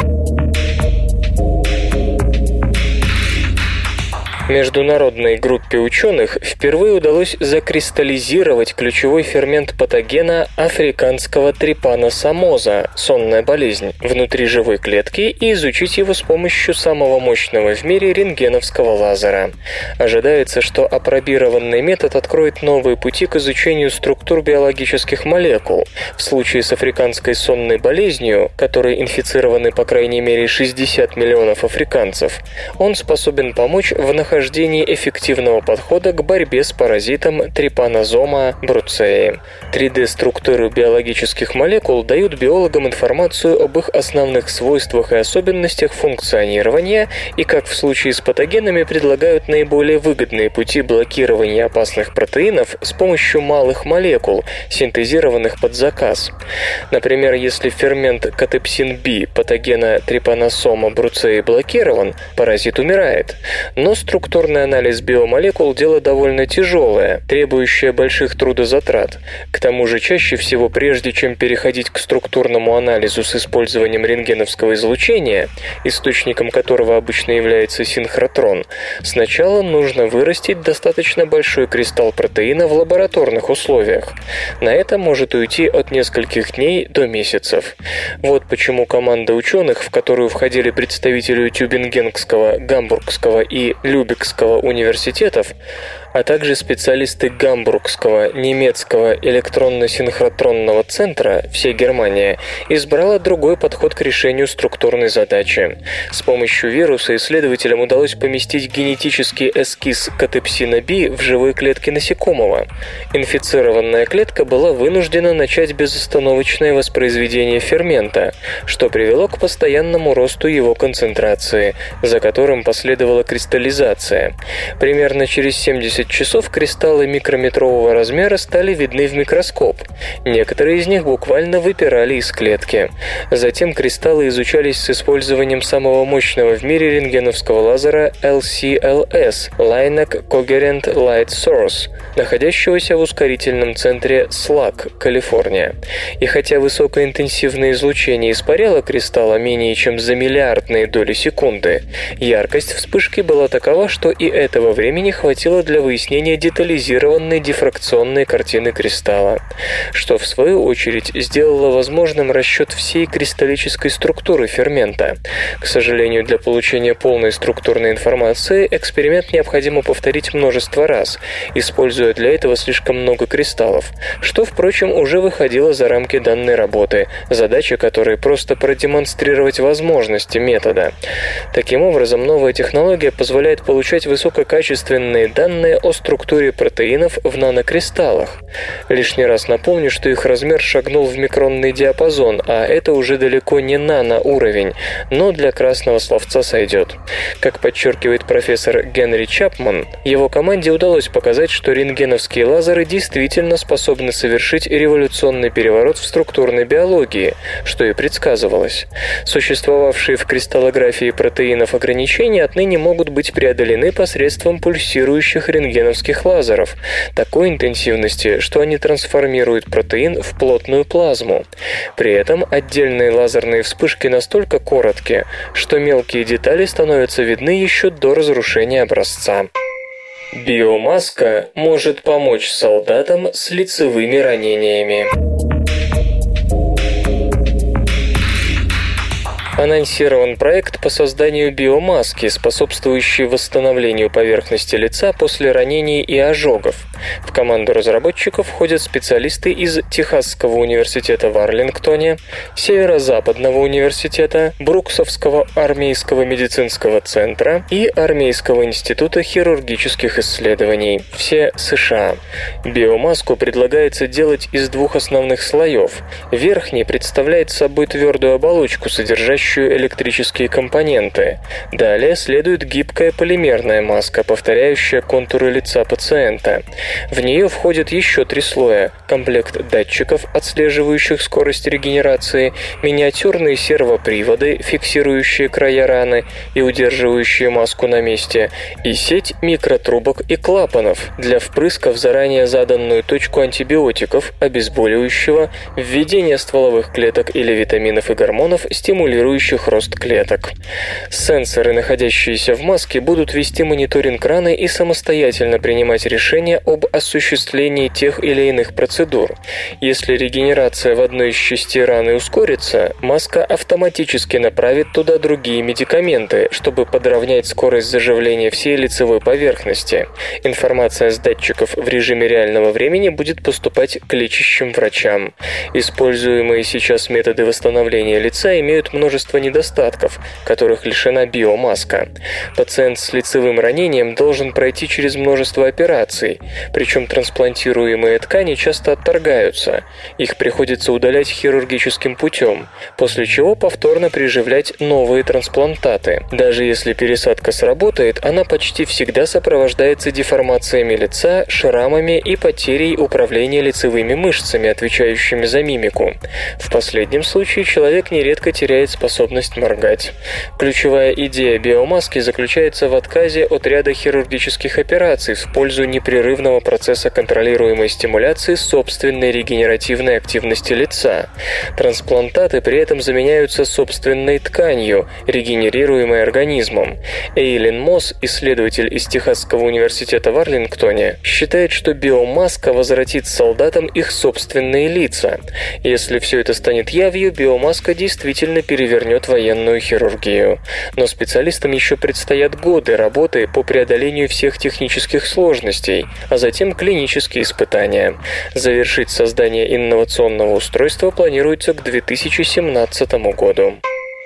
Международной группе ученых впервые удалось закристаллизировать ключевой фермент патогена африканского трипаносомоза – сонная болезнь – внутри живой клетки и изучить его с помощью самого мощного в мире рентгеновского лазера. Ожидается, что апробированный метод откроет новые пути к изучению структур биологических молекул. В случае с африканской сонной болезнью, которой инфицированы по крайней мере шестьдесят миллионов африканцев, он способен помочь в нахождении эффективного подхода к борьбе с паразитом трипанозома бруцеи. три дэ-структуры биологических молекул дают биологам информацию об их основных свойствах и особенностях функционирования и, как в случае с патогенами, предлагают наиболее выгодные пути блокирования опасных протеинов с помощью малых молекул, синтезированных под заказ. Например, если фермент катепсин-B патогена трипаносома бруцеи блокирован, паразит умирает. Но структура Структурный анализ биомолекул – дело довольно тяжелое, требующее больших трудозатрат. К тому же чаще всего, прежде чем переходить к структурному анализу с использованием рентгеновского излучения, источником которого обычно является синхротрон, сначала нужно вырастить достаточно большой кристалл протеина в лабораторных условиях. На это может уйти от нескольких дней до месяцев. Вот почему команда ученых, в которую входили представители Тюбингенского, Гамбургского и Любекского университетов, а также специалисты Гамбургского немецкого электронно-синхротронного центра, всей Германии, избрала другой подход к решению структурной задачи. С помощью вируса исследователям удалось поместить генетический эскиз катепсина B в живые клетки насекомого. Инфицированная клетка была вынуждена начать безостановочное воспроизведение фермента, что привело к постоянному росту его концентрации, за которым последовала кристаллизация. Примерно через семьдесят десять часов кристаллы микрометрового размера стали видны в микроскоп. Некоторые из них буквально выпирали из клетки. Затем кристаллы изучались с использованием самого мощного в мире рентгеновского лазера эл си эл эс – Linac Coherent Light Source, находящегося в ускорительном центре слак, Калифорния. И хотя высокоинтенсивное излучение испаряло кристалла менее чем за миллиардные доли секунды, яркость вспышки была такова, что и этого времени хватило для выяснения детализированной дифракционной картины кристалла, что в свою очередь сделало возможным расчет всей кристаллической структуры фермента. К сожалению, для получения полной структурной информации эксперимент необходимо повторить множество раз, используя для этого слишком много кристаллов, что, впрочем, уже выходило за рамки данной работы, задача которой просто продемонстрировать возможности метода. Таким образом, новая технология позволяет получать высококачественные данные о структуре протеинов в нанокристаллах. Лишний раз напомню, что их размер шагнул в микронный диапазон, а это уже далеко не наноуровень, но для красного словца сойдет. Как подчеркивает профессор Генри Чапман, его команде удалось показать, что рентгеновские лазеры действительно способны совершить революционный переворот в структурной биологии, что и предсказывалось. Существовавшие в кристаллографии протеинов ограничения отныне могут быть преодолены посредством пульсирующих рентгеновских лазеров такой интенсивности, что они трансформируют протеин в плотную плазму. При этом отдельные лазерные вспышки настолько короткие, что мелкие детали становятся видны еще до разрушения образца. Биомаска может помочь солдатам с лицевыми ранениями. Анонсирован проект по созданию биомаски, способствующей восстановлению поверхности лица после ранений и ожогов. В команду разработчиков входят специалисты из Техасского университета в Арлингтоне, Северо-Западного университета, Бруксовского армейского медицинского центра и Армейского института хирургических исследований, все США. Биомаску предлагается делать из двух основных слоев. Верхний представляет собой твердую оболочку, содержащую электрические компоненты. Далее следует гибкая полимерная маска, повторяющая контуры лица пациента. В нее входят еще три слоя: комплект датчиков, отслеживающих скорость регенерации, миниатюрные сервоприводы, фиксирующие края раны и удерживающие маску на месте, и сеть микротрубок и клапанов для впрыска в заранее заданную точку антибиотиков, обезболивающего, введения стволовых клеток или витаминов и гормонов, стимулирующих рост клеток. Сенсоры, находящиеся в маске, будут вести мониторинг раны и самостоятельно принимать решения об осуществлении тех или иных процедур. Если регенерация в одной из частей раны ускорится, маска автоматически направит туда другие медикаменты, чтобы подровнять скорость заживления всей лицевой поверхности. Информация с датчиков в режиме реального времени будет поступать к лечащим врачам. Используемые сейчас методы восстановления лица имеют множество недостатков, которых лишена биомаска. Пациент с лицевым ранением должен пройти через множество операций, причем трансплантируемые ткани часто отторгаются. Их приходится удалять хирургическим путем, после чего повторно приживлять новые трансплантаты. Даже если пересадка сработает, она почти всегда сопровождается деформациями лица, шрамами и потерей управления лицевыми мышцами, отвечающими за мимику. В последнем случае человек нередко теряет способность моргать. Ключевая идея биомаски заключается в отказе от ряда хирургических операций в пользу непрерывного процесса контролируемой стимуляции собственной регенеративной активности лица. Трансплантаты при этом заменяются собственной тканью, регенерируемой организмом. Эйлин Мосс, исследователь из Техасского университета в Арлингтоне, считает, что биомаска возвратит солдатам их собственные лица. Если все это станет явью, биомаска действительно перевернет военную хирургию. Но специалистам еще предстоят годы работы по преодолению всех технических сложностей, а затем клинические испытания. Завершить создание инновационного устройства планируется к две тысячи семнадцатому году.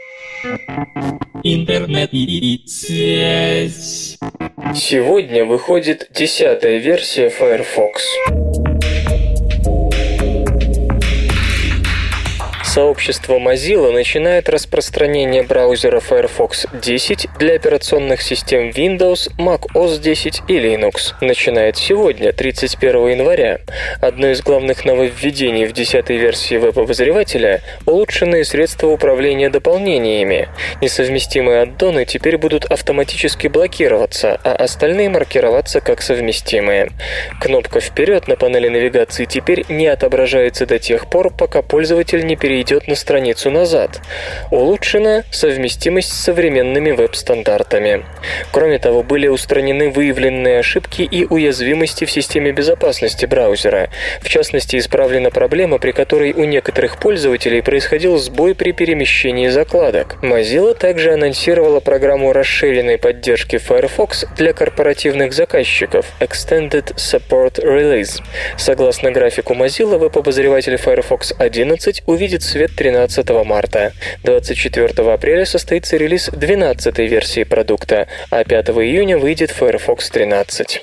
Интернет и связь. Сегодня выходит десятая версия Firefox. Сообщество Mozilla начинает распространение браузера Firefox десять для операционных систем Windows, macOS десять и Linux. Начинает сегодня, тридцать первого января. Одно из главных нововведений в десятой версии веб-обозревателя – улучшенные средства управления дополнениями. Несовместимые аддоны теперь будут автоматически блокироваться, а остальные маркироваться как совместимые. Кнопка «Вперед» на панели навигации теперь не отображается до тех пор, пока пользователь не перейдет на страницу назад. Улучшена совместимость с современными веб-стандартами. Кроме того, были устранены выявленные ошибки и уязвимости в системе безопасности браузера. В частности, исправлена проблема, при которой у некоторых пользователей происходил сбой при перемещении закладок. Mozilla также анонсировала программу расширенной поддержки Firefox для корпоративных заказчиков Extended Support Release. Согласно графику Mozilla, веб-обозреватель Firefox одиннадцать увидит свет тринадцатого марта. двадцать четвёртого апреля состоится релиз двенадцатой версии продукта, а пятого июня выйдет Firefox тринадцать.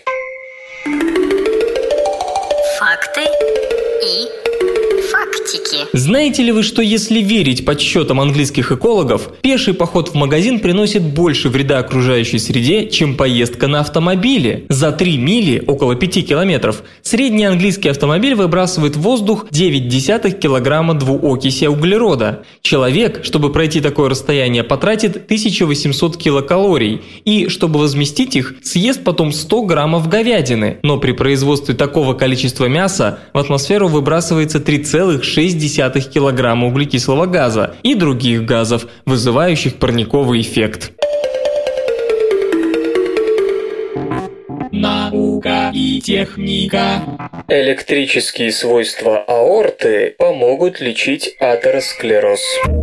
Факты и фактики. Знаете ли вы, что если верить подсчетам английских экологов, пеший поход в магазин приносит больше вреда окружающей среде, чем поездка на автомобиле? За три мили, около пяти километров, средний английский автомобиль выбрасывает в воздух девять десятых килограмма двуокиси углерода. Человек, чтобы пройти такое расстояние, потратит тысяча восемьсот килокалорий и, чтобы возместить их, съест потом сто граммов говядины. Но при производстве такого количества мяса в атмосферу выбрасывается три целых шесть десятых килограмма углекислого газа и других газов, вызывающих парниковый эффект. Наука и техника. Электрические свойства аорты помогут лечить атеросклероз.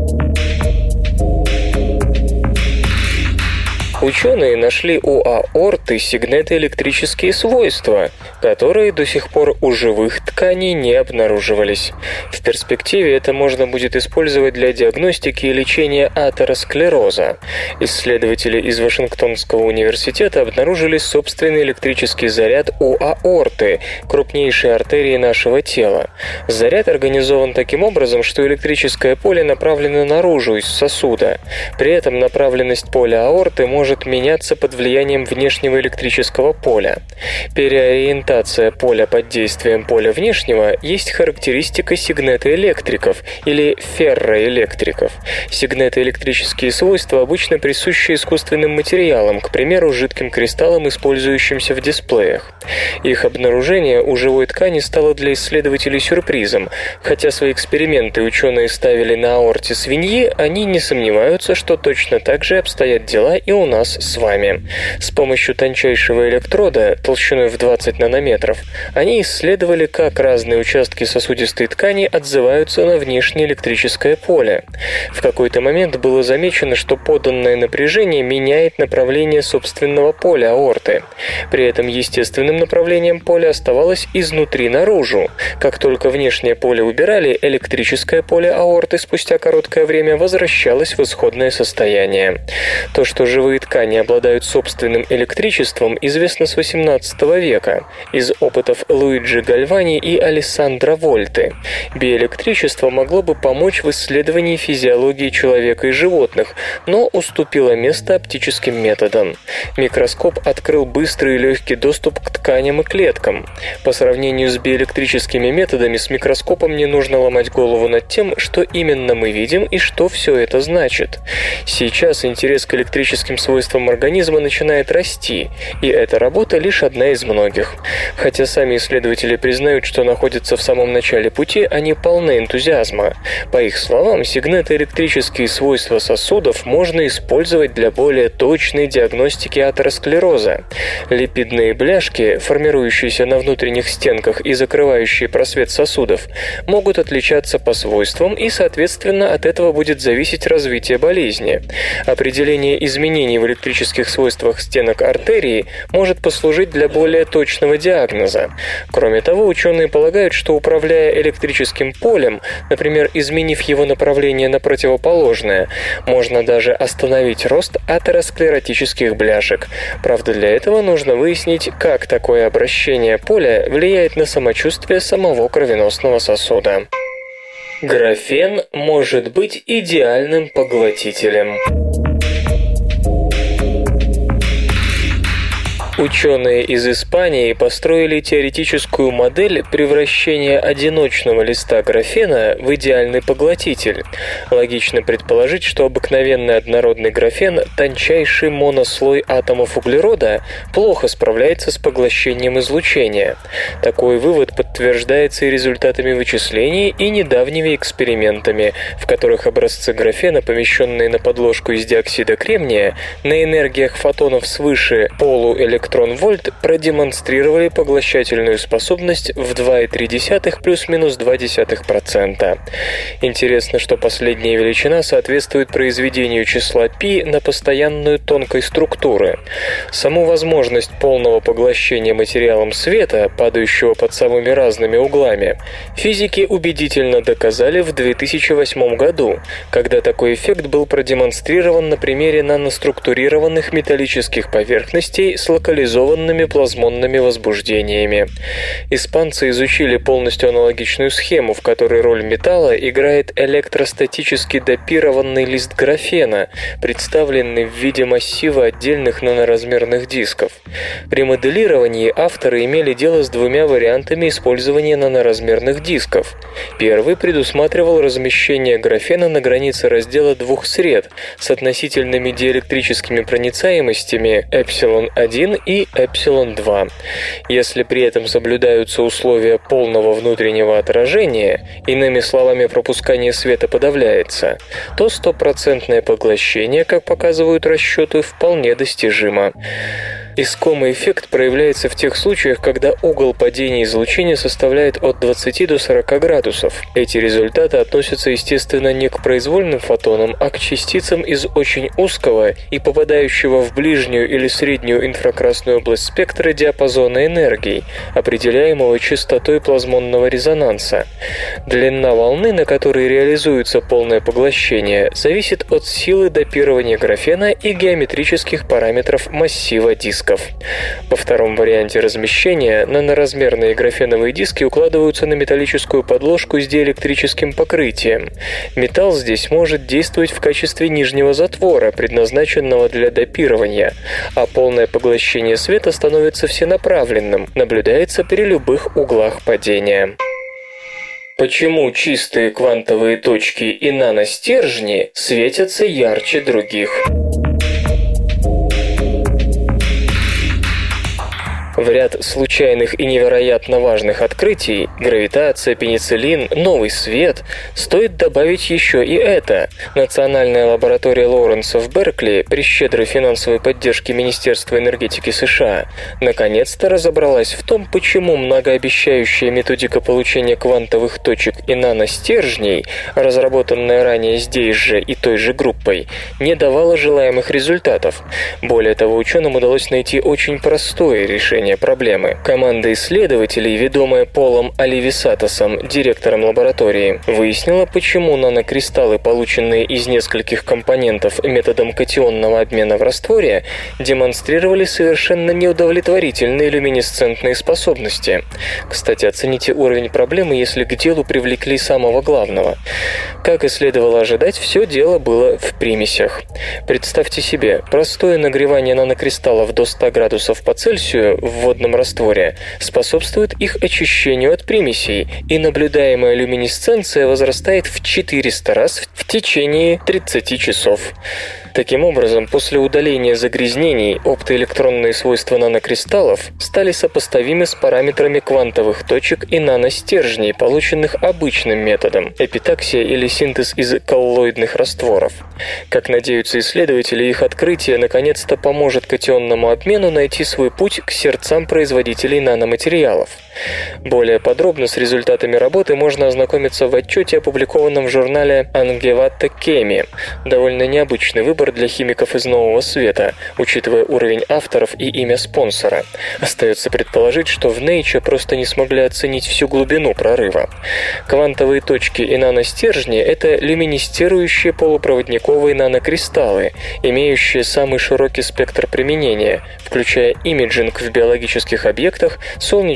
Ученые нашли у аорты сигнетоэлектрические свойства, которые до сих пор у живых тканей не обнаруживались. В перспективе это можно будет использовать для диагностики и лечения атеросклероза. Исследователи из Вашингтонского университета обнаружили собственный электрический заряд у аорты, крупнейшей артерии нашего тела. Заряд организован таким образом, что электрическое поле направлено наружу из сосуда. При этом направленность поля аорты может меняться под влиянием внешнего электрического поля. Переориентация поля под действием поля внешнего есть характеристика сигнетоэлектриков или ферроэлектриков. Сигнетоэлектрические свойства обычно присущи искусственным материалам, к примеру, жидким кристаллам, использующимся в дисплеях. Их обнаружение у живой ткани стало для исследователей сюрпризом. Хотя свои эксперименты ученые ставили на аорте свиньи, они не сомневаются, что точно так же обстоят дела и у нас с вами. С помощью тончайшего электрода, толщиной в двадцать нанометров, они исследовали, как разные участки сосудистой ткани отзываются на внешнее электрическое поле. В какой-то момент было замечено, что поданное напряжение меняет направление собственного поля аорты. При этом естественным направлением поля оставалось изнутри наружу. Как только внешнее поле убирали, электрическое поле аорты спустя короткое время возвращалось в исходное состояние. То, что живые ткани обладают собственным электричеством, известно с восемнадцатого века из опытов Луиджи Гальвани и Алессандро Вольты. Биоэлектричество могло бы помочь в исследовании физиологии человека и животных, но уступило место оптическим методам. Микроскоп открыл быстрый и легкий доступ к тканям и клеткам. По сравнению с биоэлектрическими методами, с микроскопом не нужно ломать голову над тем, что именно мы видим и что все это значит. Сейчас интерес к электрическим свойствам организма начинает расти, и эта работа лишь одна из многих. Хотя сами исследователи признают, что находятся в самом начале пути, они полны энтузиазма. По их словам, сигнетоэлектрические свойства сосудов можно использовать для более точной диагностики атеросклероза. Липидные бляшки, формирующиеся на внутренних стенках и закрывающие просвет сосудов, могут отличаться по свойствам, и, соответственно, от этого будет зависеть развитие болезни. Определение изменений в электрических свойствах стенок артерии может послужить для более точного диагноза. Кроме того, ученые полагают, что, управляя электрическим полем, например, изменив его направление на противоположное, можно даже остановить рост атеросклеротических бляшек. Правда, для этого нужно выяснить, как такое обращение поля влияет на самочувствие самого кровеносного сосуда. Графен может быть идеальным поглотителем. Ученые из Испании построили теоретическую модель превращения одиночного листа графена в идеальный поглотитель. Логично предположить, что обыкновенный однородный графен, тончайший монослой атомов углерода, плохо справляется с поглощением излучения. Такой вывод подтверждается и результатами вычислений, и недавними экспериментами, в которых образцы графена, помещенные на подложку из диоксида кремния, на энергиях фотонов свыше полуэлектрон вольт продемонстрировали поглощательную способность в два целых три десятых плюс-минус два десятых процента. Интересно, что последняя величина соответствует произведению числа π на постоянную тонкой структуры. Саму возможность полного поглощения материалом света, падающего под самыми разными углами, физики убедительно доказали в две тысячи восьмом году, когда такой эффект был продемонстрирован на примере наноструктурированных металлических поверхностей с локализованными плазмонными возбуждениями. Испанцы изучили полностью аналогичную схему, в которой роль металла играет электростатически допированный лист графена, представленный в виде массива отдельных наноразмерных дисков. При моделировании авторы имели дело с двумя вариантами использования наноразмерных дисков. Первый предусматривал размещение графена на границе раздела двух сред с относительными диэлектрическими проницаемостями эпсилон один и эпсилон два. Если при этом соблюдаются условия полного внутреннего отражения, иными словами, пропускание света подавляется, то стопроцентное поглощение, как показывают расчеты, вполне достижимо. Искомый эффект проявляется в тех случаях, когда угол падения излучения составляет от двадцати до сорока градусов. Эти результаты относятся, естественно, не к произвольным фотонам, а к частицам из очень узкого и попадающего в ближнюю или среднюю инфракрасную область спектра диапазона энергий, определяемого частотой плазмонного резонанса. Длина волны, на которой реализуется полное поглощение, зависит от силы допирования графена и геометрических параметров массива диска. Во втором варианте размещения наноразмерные графеновые диски укладываются на металлическую подложку с диэлектрическим покрытием. Металл здесь может действовать в качестве нижнего затвора, предназначенного для допирования, а полное поглощение света становится всенаправленным, наблюдается при любых углах падения. Почему чистые квантовые точки и наностержни светятся ярче других? В ряд случайных и невероятно важных открытий – гравитация, пенициллин, новый свет – стоит добавить еще и это. Национальная лаборатория Лоуренса в Беркли при щедрой финансовой поддержке Министерства энергетики США наконец-то разобралась в том, почему многообещающая методика получения квантовых точек и наностержней, разработанная ранее здесь же и той же группой, не давала желаемых результатов. Более того, ученым удалось найти очень простое решение проблемы. Команда исследователей, ведомая Полом Оливисатосом, директором лаборатории, выяснила, почему нанокристаллы, полученные из нескольких компонентов методом катионного обмена в растворе, демонстрировали совершенно неудовлетворительные люминесцентные способности. Кстати, оцените уровень проблемы, если к делу привлекли самого главного. Как и следовало ожидать, все дело было в примесях. Представьте себе, простое нагревание нанокристаллов до ста градусов по Цельсию в водном растворе способствует их очищению от примесей, и наблюдаемая люминесценция возрастает в четыреста раз в течение тридцати часов. Таким образом, после удаления загрязнений оптоэлектронные свойства нанокристаллов стали сопоставимы с параметрами квантовых точек и наностержней, полученных обычным методом – эпитаксия или синтез из коллоидных растворов. Как надеются исследователи, их открытие наконец-то поможет катионному обмену найти свой путь к сердцам производителей наноматериалов. Более подробно с результатами работы можно ознакомиться в отчете, опубликованном в журнале Angewandte Chemie. Довольно необычный выбор для химиков из Нового Света, учитывая уровень авторов и имя спонсора. Остается предположить, что в Nature просто не смогли оценить всю глубину прорыва. Квантовые точки и наностержни – это люминесцирующие полупроводниковые нанокристаллы, имеющие самый широкий спектр применения, включая имиджинг в биологических объектах, солнечную энергетику,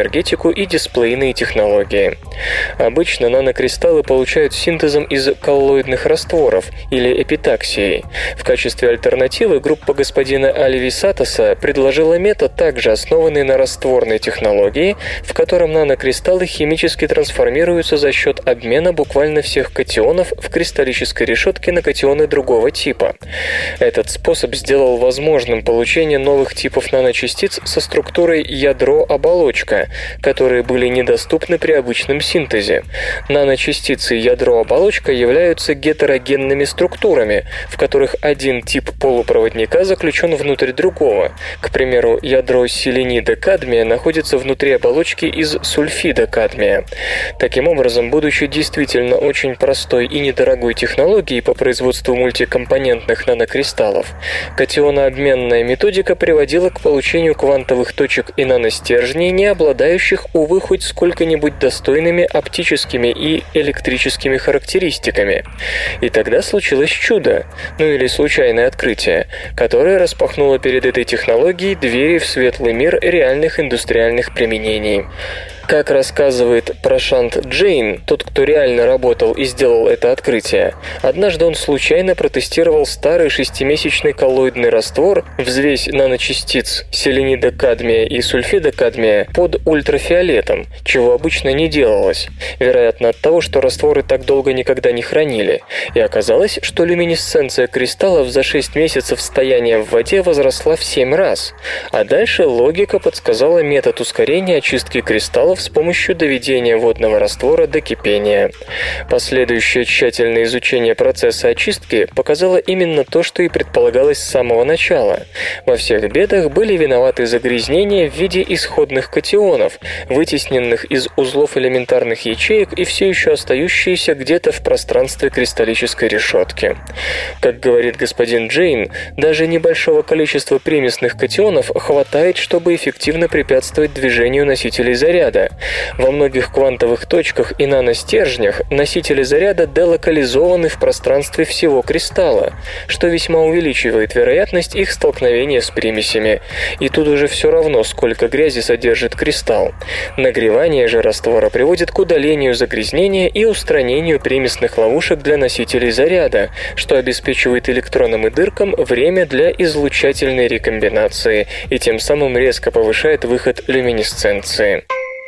энергетику и дисплейные технологии. Обычно нанокристаллы получают синтезом из коллоидных растворов или эпитаксией. В качестве альтернативы группа господина Оливии Сатоса предложила метод, также основанный на растворной технологии, в котором нанокристаллы химически трансформируются за счет обмена буквально всех катионов в кристаллической решетке на катионы другого типа. Этот способ сделал возможным получение новых типов наночастиц со структурой ядро-оболочка, которые были недоступны при обычном синтезе. Наночастицы ядро-оболочка являются гетерогенными структурами, в которых один тип полупроводника заключен внутрь другого. К примеру, ядро селенида кадмия находится внутри оболочки из сульфида кадмия. Таким образом, будучи действительно очень простой и недорогой технологией по производству мультикомпонентных нанокристаллов, катионообменная методика приводила к получению квантовых точек и наностержней, не обладающих, увы, хоть сколько-нибудь достойными оптическими и электрическими характеристиками. И тогда случилось чудо, ну или случайное открытие, которое распахнуло перед этой технологией двери в светлый мир реальных индустриальных применений. Как рассказывает Прошант Джейн, тот, кто реально работал и сделал это открытие, однажды он случайно протестировал старый шестимесячный коллоидный раствор, взвесь наночастиц селенида кадмия и сульфида кадмия под ультрафиолетом, чего обычно не делалось, вероятно от того, что растворы так долго никогда не хранили, и оказалось, что люминесценция кристаллов за шесть месяцев стояния в воде возросла в семь раз, а дальше логика подсказала метод ускорения очистки кристаллов с помощью доведения водного раствора до кипения. Последующее тщательное изучение процесса очистки показало именно то, что и предполагалось с самого начала. Во всех бедах были виноваты загрязнения в виде исходных катионов, вытесненных из узлов элементарных ячеек и все еще остающиеся где-то в пространстве кристаллической решетки. Как говорит господин Джейн, даже небольшого количества примесных катионов хватает, чтобы эффективно препятствовать движению носителей заряда. Во многих квантовых точках и наностержнях носители заряда делокализованы в пространстве всего кристалла, что весьма увеличивает вероятность их столкновения с примесями. И тут уже все равно, сколько грязи содержит кристалл. Нагревание же раствора приводит к удалению загрязнения и устранению примесных ловушек для носителей заряда, что обеспечивает электронам и дыркам время для излучательной рекомбинации и тем самым резко повышает выход люминесценции.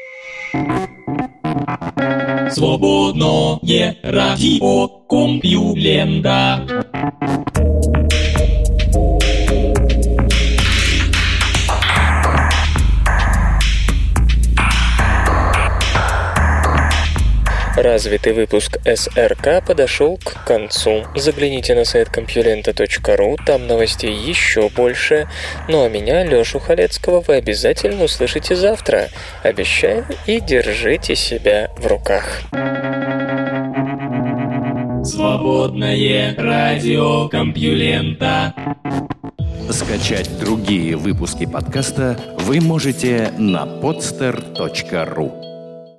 Свободное радио Компьюлента. Развитый выпуск эс эр ка подошел к концу. Загляните на сайт компьюлента точка ру, там новостей еще больше. Ну а меня, Лешу Халецкого, вы обязательно услышите завтра. Обещаю, и держите себя в руках. Свободное радио Компьюлента. Скачать другие выпуски подкаста вы можете на подстер точка ру.